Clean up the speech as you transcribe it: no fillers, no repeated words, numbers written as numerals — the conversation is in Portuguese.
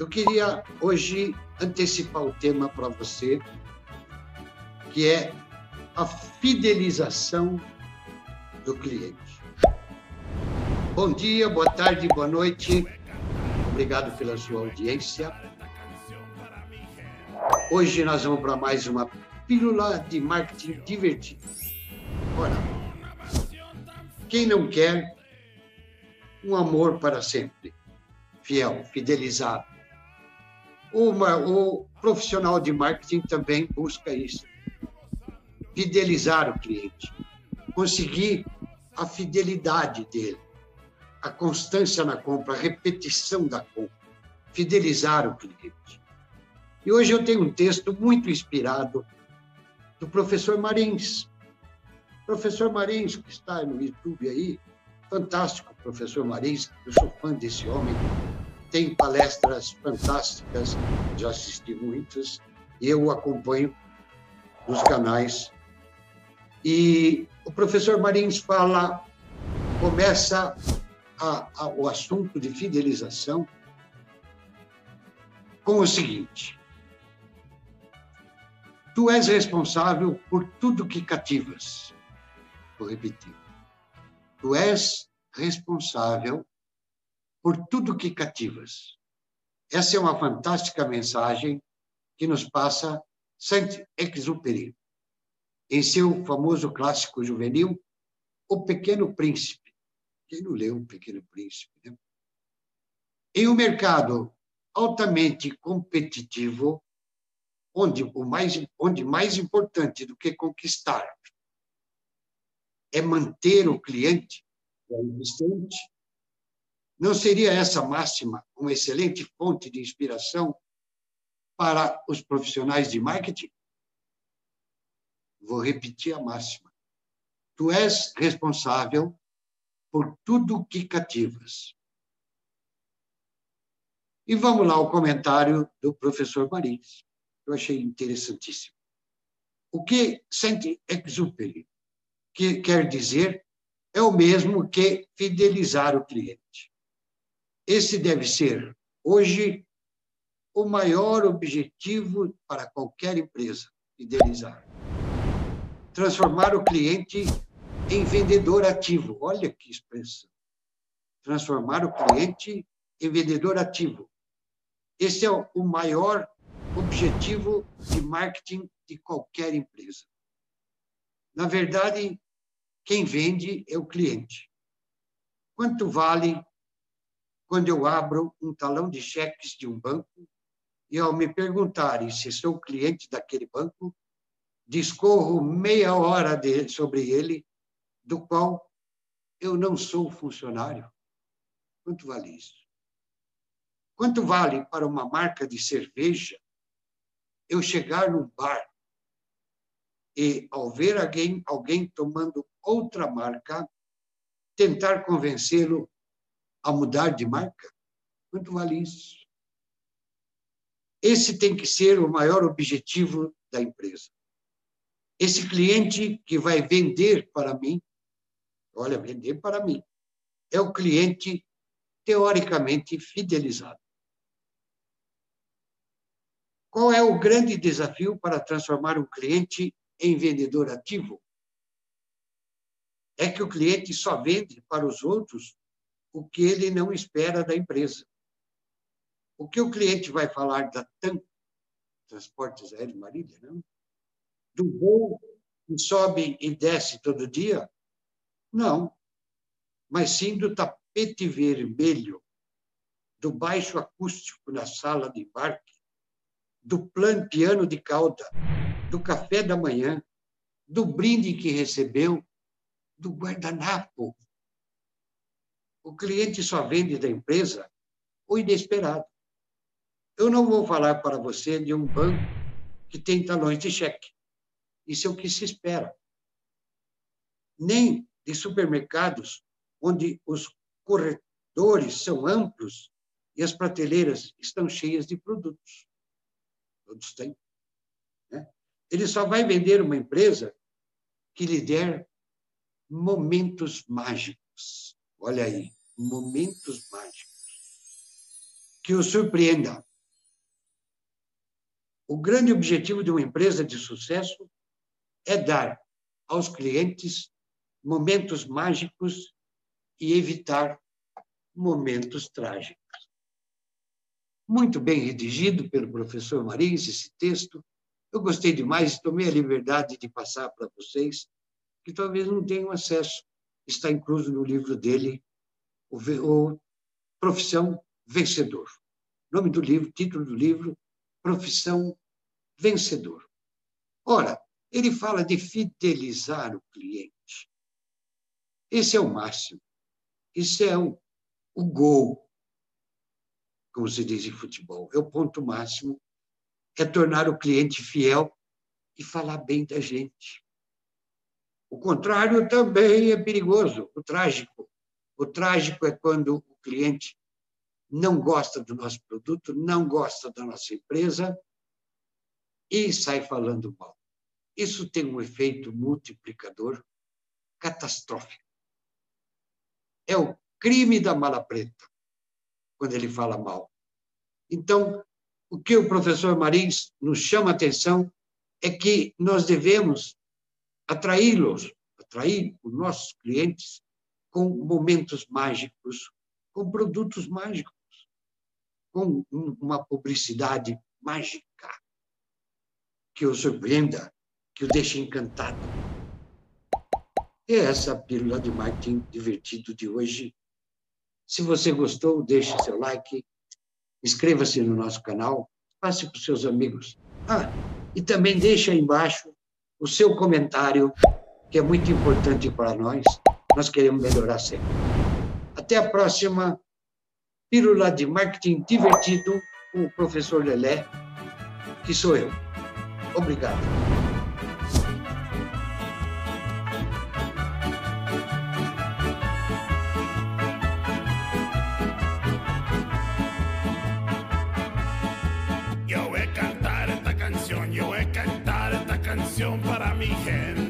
Eu queria hoje antecipar o tema para você, que é a fidelização do cliente. Bom dia, boa tarde, boa noite. Obrigado pela sua audiência. Hoje nós vamos para mais uma pílula de marketing divertido. Ora, quem não quer um amor para sempre, fiel, fidelizado? O profissional de marketing também busca isso. Fidelizar o cliente, conseguir a fidelidade dele, a constância na compra, a repetição da compra, fidelizar o cliente. E hoje eu tenho um texto muito inspirado do professor Marins. Professor Marins, que está no YouTube aí, fantástico, professor Marins, eu sou fã desse homem, tem palestras fantásticas, já assisti muitas, e eu o acompanho nos canais. E o professor Marins começa o assunto de fidelização com o seguinte: tu és responsável por tudo que cativas. Vou repetir. Tu és responsável por tudo que cativas. Essa é uma fantástica mensagem que nos passa Saint-Exupéry, em seu famoso clássico juvenil, O Pequeno Príncipe. Quem não leu O Pequeno Príncipe, né? Em um mercado altamente competitivo, onde mais importante do que conquistar é manter o cliente existente, não seria essa máxima uma excelente fonte de inspiração para os profissionais de marketing? Vou repetir a máxima. Tu és responsável por tudo que cativas. E vamos lá ao comentário do professor Marins. Eu achei interessantíssimo. O que Saint-Exupéry quer dizer é o mesmo que fidelizar o cliente. Esse deve ser, hoje, o maior objetivo para qualquer empresa, fidelizar. Transformar o cliente em vendedor ativo. Olha que expressão. Transformar o cliente em vendedor ativo. Esse é o maior objetivo de marketing de qualquer empresa. Na verdade, quem vende é o cliente. Quanto vale quando eu abro um talão de cheques de um banco e, ao me perguntarem se sou cliente daquele banco, discorro meia hora sobre ele, do qual eu não sou funcionário? Quanto vale isso? Quanto vale para uma marca de cerveja eu chegar num bar e, ao ver alguém tomando outra marca, tentar convencê-lo a mudar de marca? Quanto vale isso? Esse tem que ser o maior objetivo da empresa. Esse cliente que vai vender para mim, olha, vender para mim, é o cliente teoricamente fidelizado. Qual é o grande desafio para transformar um cliente em vendedor ativo? É que o cliente só vende para os outros o que ele não espera da empresa. O que o cliente vai falar da TAM, Transportes Aéreos Marília, não? Do voo que sobe e desce todo dia? Não. Mas sim do tapete vermelho, do baixo acústico na sala de embarque, do piano de cauda, do café da manhã, do brinde que recebeu, do guardanapo. O cliente só vende da empresa o inesperado. Eu não vou falar para você de um banco que tem talões de cheque. Isso é o que se espera. Nem de supermercados onde os corredores são amplos e as prateleiras estão cheias de produtos. Todos têm. Né? Ele só vai vender uma empresa que lhe der momentos mágicos. Olha aí, momentos mágicos. Que o surpreenda, O grande objetivo de uma empresa de sucesso é dar aos clientes momentos mágicos e evitar momentos trágicos. Muito bem redigido pelo professor Marins, esse texto. Eu gostei demais e tomei a liberdade de passar para vocês, que talvez não tenham acesso. Está incluso no livro dele, o Profissão Vencedor. Nome do livro, título do livro, Profissão Vencedor. Ora, ele fala de fidelizar o cliente. Esse é o máximo. Esse é o gol, como se diz em futebol. É o ponto máximo. É tornar o cliente fiel e falar bem da gente. O contrário também é perigoso, o trágico. O trágico é quando o cliente não gosta do nosso produto, não gosta da nossa empresa e sai falando mal. Isso tem um efeito multiplicador catastrófico. É o crime da mala preta, quando ele fala mal. Então, o que o professor Marins nos chama a atenção é que nós devemos atrair os nossos clientes com momentos mágicos, com produtos mágicos, com uma publicidade mágica que o surpreenda, que o deixe encantado. É essa a pílula de marketing divertido de hoje. Se você gostou, deixe seu like, inscreva-se no nosso canal, passe para os seus amigos. E também deixe aí embaixo o seu comentário, que é muito importante para nós. Nós queremos melhorar sempre. Até a próxima pílula de marketing divertido com o professor Lelé, que sou eu. Obrigado. Yo voy a cantar esta canción para mi gente.